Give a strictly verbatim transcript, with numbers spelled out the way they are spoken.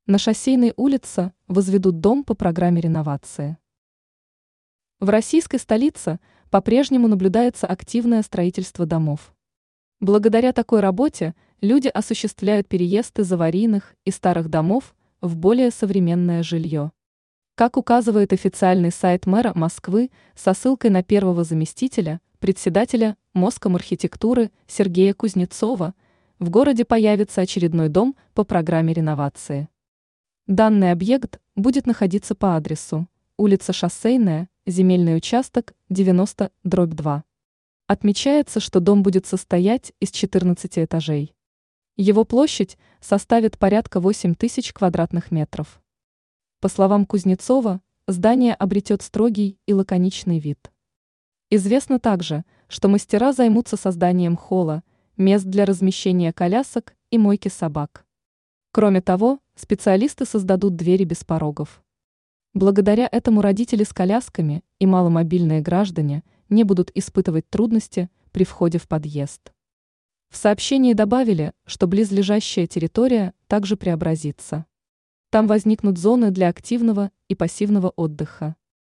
На Шоссейной улице возведут дом по программе реновации. В российской столице по-прежнему наблюдается активное строительство домов. Благодаря такой работе люди осуществляют переезд из аварийных и старых домов в более современное жилье. Как указывает официальный сайт мэра Москвы со ссылкой на первого заместителя, председателя Москомархитектуры Сергея Кузнецова, в городе появится очередной дом по программе реновации. Данный объект будет находиться по адресу улица Шоссейная, земельный участок девяносто дробь два. Отмечается, что дом будет состоять из четырнадцати этажей. Его площадь составит порядка восемь тысяч квадратных метров. По словам Кузнецова, здание обретет строгий и лаконичный вид. Известно также, что мастера займутся созданием холла, мест для размещения колясок и мойки собак. Кроме того, специалисты создадут двери без порогов. Благодаря этому родители с колясками и маломобильные граждане не будут испытывать трудности при входе в подъезд. В сообщении добавили, что близлежащая территория также преобразится. Там возникнут зоны для активного и пассивного отдыха.